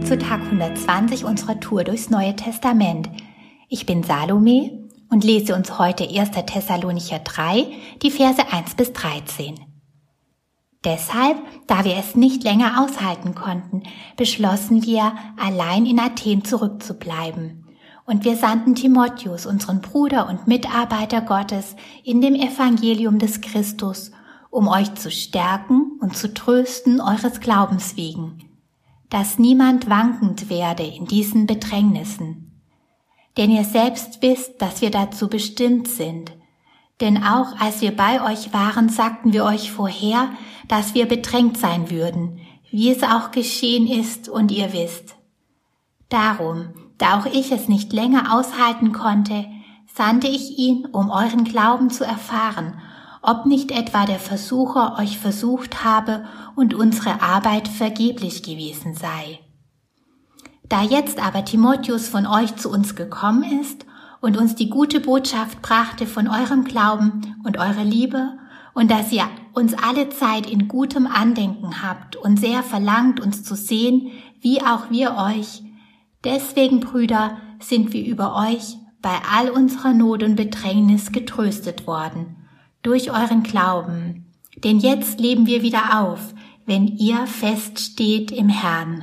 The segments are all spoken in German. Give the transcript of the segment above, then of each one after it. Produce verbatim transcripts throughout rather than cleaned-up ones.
zu Tag hundertzwanzig unserer Tour durchs Neue Testament. Ich bin Salome und lese uns heute erster Thessalonicher drei, die Verse eins bis dreizehn. Deshalb, da wir es nicht länger aushalten konnten, beschlossen wir, allein in Athen zurückzubleiben. Und wir sandten Timotheus, unseren Bruder und Mitarbeiter Gottes, in dem Evangelium des Christus, um euch zu stärken und zu trösten eures Glaubens wegen, dass niemand wankend werde in diesen Bedrängnissen. Denn ihr selbst wisst, dass wir dazu bestimmt sind. Denn auch als wir bei euch waren, sagten wir euch vorher, dass wir bedrängt sein würden, wie es auch geschehen ist und ihr wisst. Darum, da auch ich es nicht länger aushalten konnte, sandte ich ihn, um euren Glauben zu erfahren, ob nicht etwa der Versucher euch versucht habe und unsere Arbeit vergeblich gewesen sei. Da jetzt aber Timotheus von euch zu uns gekommen ist und uns die gute Botschaft brachte von eurem Glauben und eurer Liebe und dass ihr uns alle Zeit in gutem Andenken habt und sehr verlangt, uns zu sehen, wie auch wir euch, deswegen, Brüder, sind wir über euch bei all unserer Not und Bedrängnis getröstet worden, durch euren Glauben, denn jetzt leben wir wieder auf, wenn ihr feststeht im Herrn.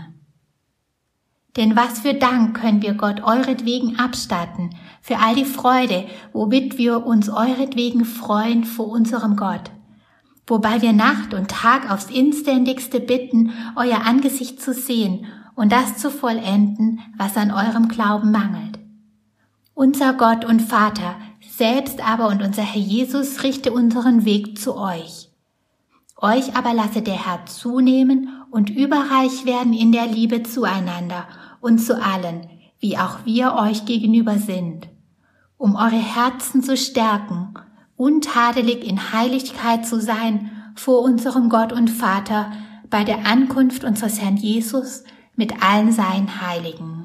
Denn was für Dank können wir Gott euretwegen abstatten, für all die Freude, womit wir uns euretwegen freuen vor unserem Gott, wobei wir Nacht und Tag aufs Inständigste bitten, euer Angesicht zu sehen und das zu vollenden, was an eurem Glauben mangelt. Unser Gott und Vater, selbst aber und unser Herr Jesus richte unseren Weg zu euch. Euch aber lasse der Herr zunehmen und überreich werden in der Liebe zueinander und zu allen, wie auch wir euch gegenüber sind, um eure Herzen zu stärken, untadelig in Heiligkeit zu sein vor unserem Gott und Vater bei der Ankunft unseres Herrn Jesus mit allen seinen Heiligen.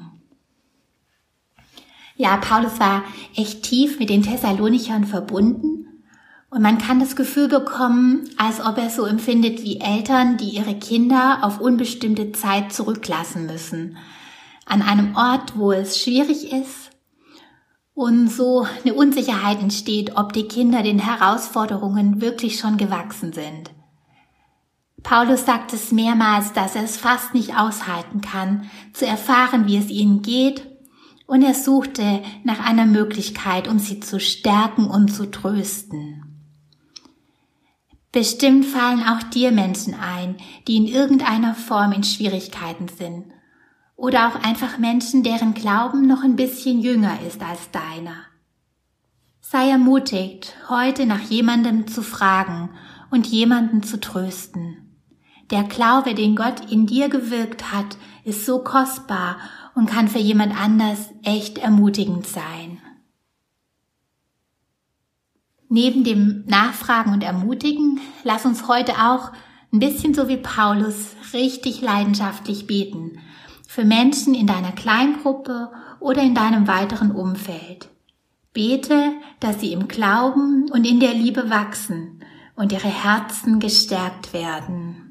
Ja, Paulus war echt tief mit den Thessalonichern verbunden und man kann das Gefühl bekommen, als ob er so empfindet wie Eltern, die ihre Kinder auf unbestimmte Zeit zurücklassen müssen. An einem Ort, wo es schwierig ist und so eine Unsicherheit entsteht, ob die Kinder den Herausforderungen wirklich schon gewachsen sind. Paulus sagt es mehrmals, dass er es fast nicht aushalten kann, zu erfahren, wie es ihnen geht, und er suchte nach einer Möglichkeit, um sie zu stärken und zu trösten. Bestimmt fallen auch dir Menschen ein, die in irgendeiner Form in Schwierigkeiten sind. Oder auch einfach Menschen, deren Glauben noch ein bisschen jünger ist als deiner. Sei ermutigt, heute nach jemandem zu fragen und jemanden zu trösten. Der Glaube, den Gott in dir gewirkt hat, ist so kostbar und kann für jemand anders echt ermutigend sein. Neben dem Nachfragen und Ermutigen, lass uns heute auch ein bisschen so wie Paulus richtig leidenschaftlich beten für Menschen in deiner Kleingruppe oder in deinem weiteren Umfeld. Bete, dass sie im Glauben und in der Liebe wachsen und ihre Herzen gestärkt werden.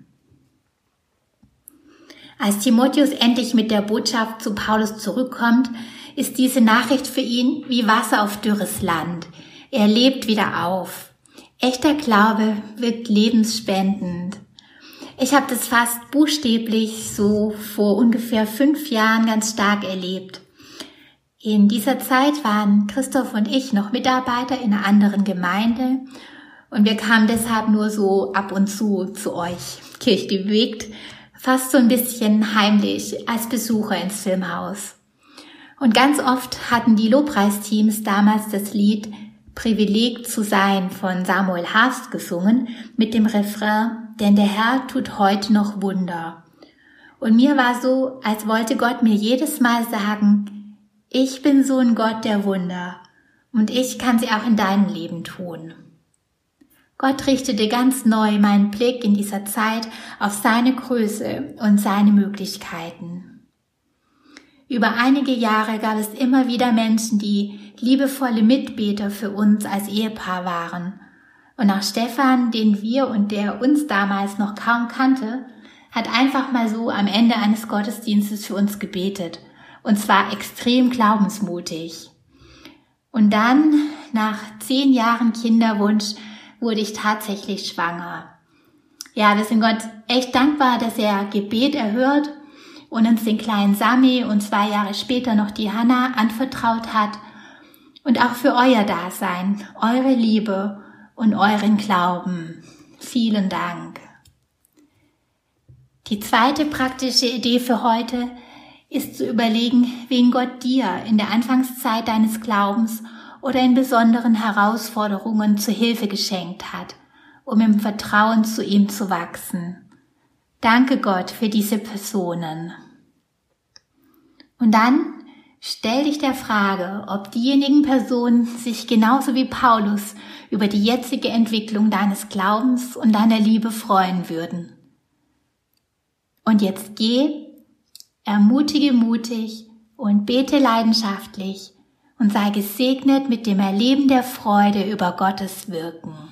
Als Timotheus endlich mit der Botschaft zu Paulus zurückkommt, ist diese Nachricht für ihn wie Wasser auf dürres Land. Er lebt wieder auf. Echter Glaube wirkt lebensspendend. Ich habe das fast buchstäblich so vor ungefähr fünf Jahren ganz stark erlebt. In dieser Zeit waren Christoph und ich noch Mitarbeiter in einer anderen Gemeinde und wir kamen deshalb nur so ab und zu zu euch, Kirche bewegt, fast so ein bisschen heimlich als Besucher ins Filmhaus. Und ganz oft hatten die Lobpreisteams damals das Lied Privileg zu sein von Samuel Haast gesungen mit dem Refrain, denn der Herr tut heute noch Wunder. Und mir war so, als wollte Gott mir jedes Mal sagen, ich bin so ein Gott der Wunder und ich kann sie auch in deinem Leben tun. Gott richtete ganz neu meinen Blick in dieser Zeit auf seine Größe und seine Möglichkeiten. Über einige Jahre gab es immer wieder Menschen, die liebevolle Mitbeter für uns als Ehepaar waren. Und auch Stefan, den wir und der uns damals noch kaum kannte, hat einfach mal so am Ende eines Gottesdienstes für uns gebetet. Und zwar extrem glaubensmutig. Und dann, nach zehn Jahren Kinderwunsch, wurde ich tatsächlich schwanger. Ja, wir sind Gott echt dankbar, dass er Gebet erhört und uns den kleinen Sami und zwei Jahre später noch die Hannah anvertraut hat. Und auch für euer Dasein, eure Liebe und euren Glauben. Vielen Dank. Die zweite praktische Idee für heute ist zu überlegen, wen Gott dir in der Anfangszeit deines Glaubens oder in besonderen Herausforderungen zu Hilfe geschenkt hat, um im Vertrauen zu ihm zu wachsen. Danke Gott für diese Personen. Und dann stell dich der Frage, ob diejenigen Personen sich genauso wie Paulus über die jetzige Entwicklung deines Glaubens und deiner Liebe freuen würden. Und jetzt geh, ermutige mutig und bete leidenschaftlich und sei gesegnet mit dem Erleben der Freude über Gottes Wirken.